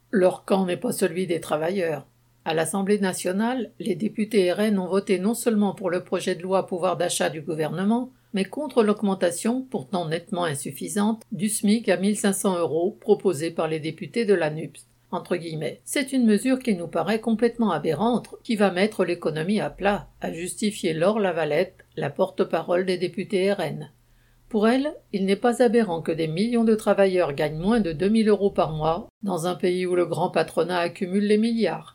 Leur camp n'est pas celui des travailleurs. À l'Assemblée nationale, les députés RN ont voté non seulement pour le projet de loi pouvoir d'achat du gouvernement, mais contre l'augmentation, pourtant nettement insuffisante, du SMIC à 1 500 € proposée par les députés de la NUPS. Entre guillemets. C'est une mesure qui nous paraît complètement aberrante, qui va mettre l'économie à plat, a justifié Laure Lavalette, la porte-parole des députés RN. Pour elle, il n'est pas aberrant que des millions de travailleurs gagnent moins de 2 000 € par mois, dans un pays où le grand patronat accumule les milliards.